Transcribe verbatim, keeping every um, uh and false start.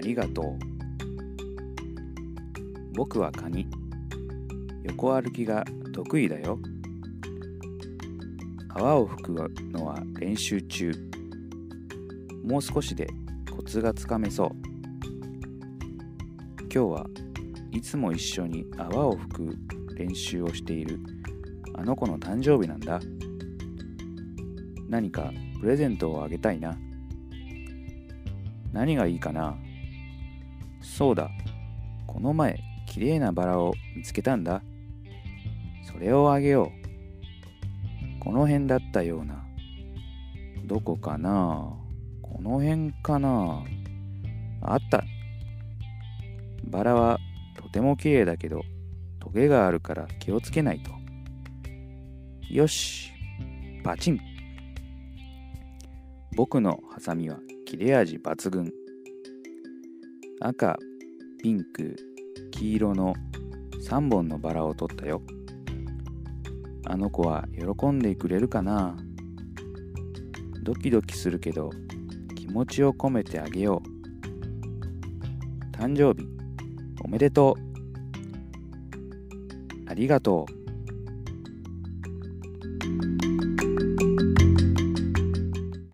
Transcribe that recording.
りがとう。僕はカニ。横歩きが得意だよ。泡を吹くのは練習中。もう少しでコツがつかめそう。今日はいつも一緒に泡を吹く練習をしているあの子の誕生日なんだ。何かプレゼントをあげたいな。何がいいかな。そうだ、この前きれいなバラを見つけたんだ。それをあげよう。この辺だったような。どこかな。この辺かな。あった。バラはとてもきれいだけどトゲがあるから気をつけないと。よし、バチン。僕のハサミは切れ味抜群。赤、ピンク、黄色のさんぼんのバラを取ったよ。あの子は喜んでくれるかな。ドキドキするけど気持ちを込めてあげよう。誕生日おめでとう。ありがとう。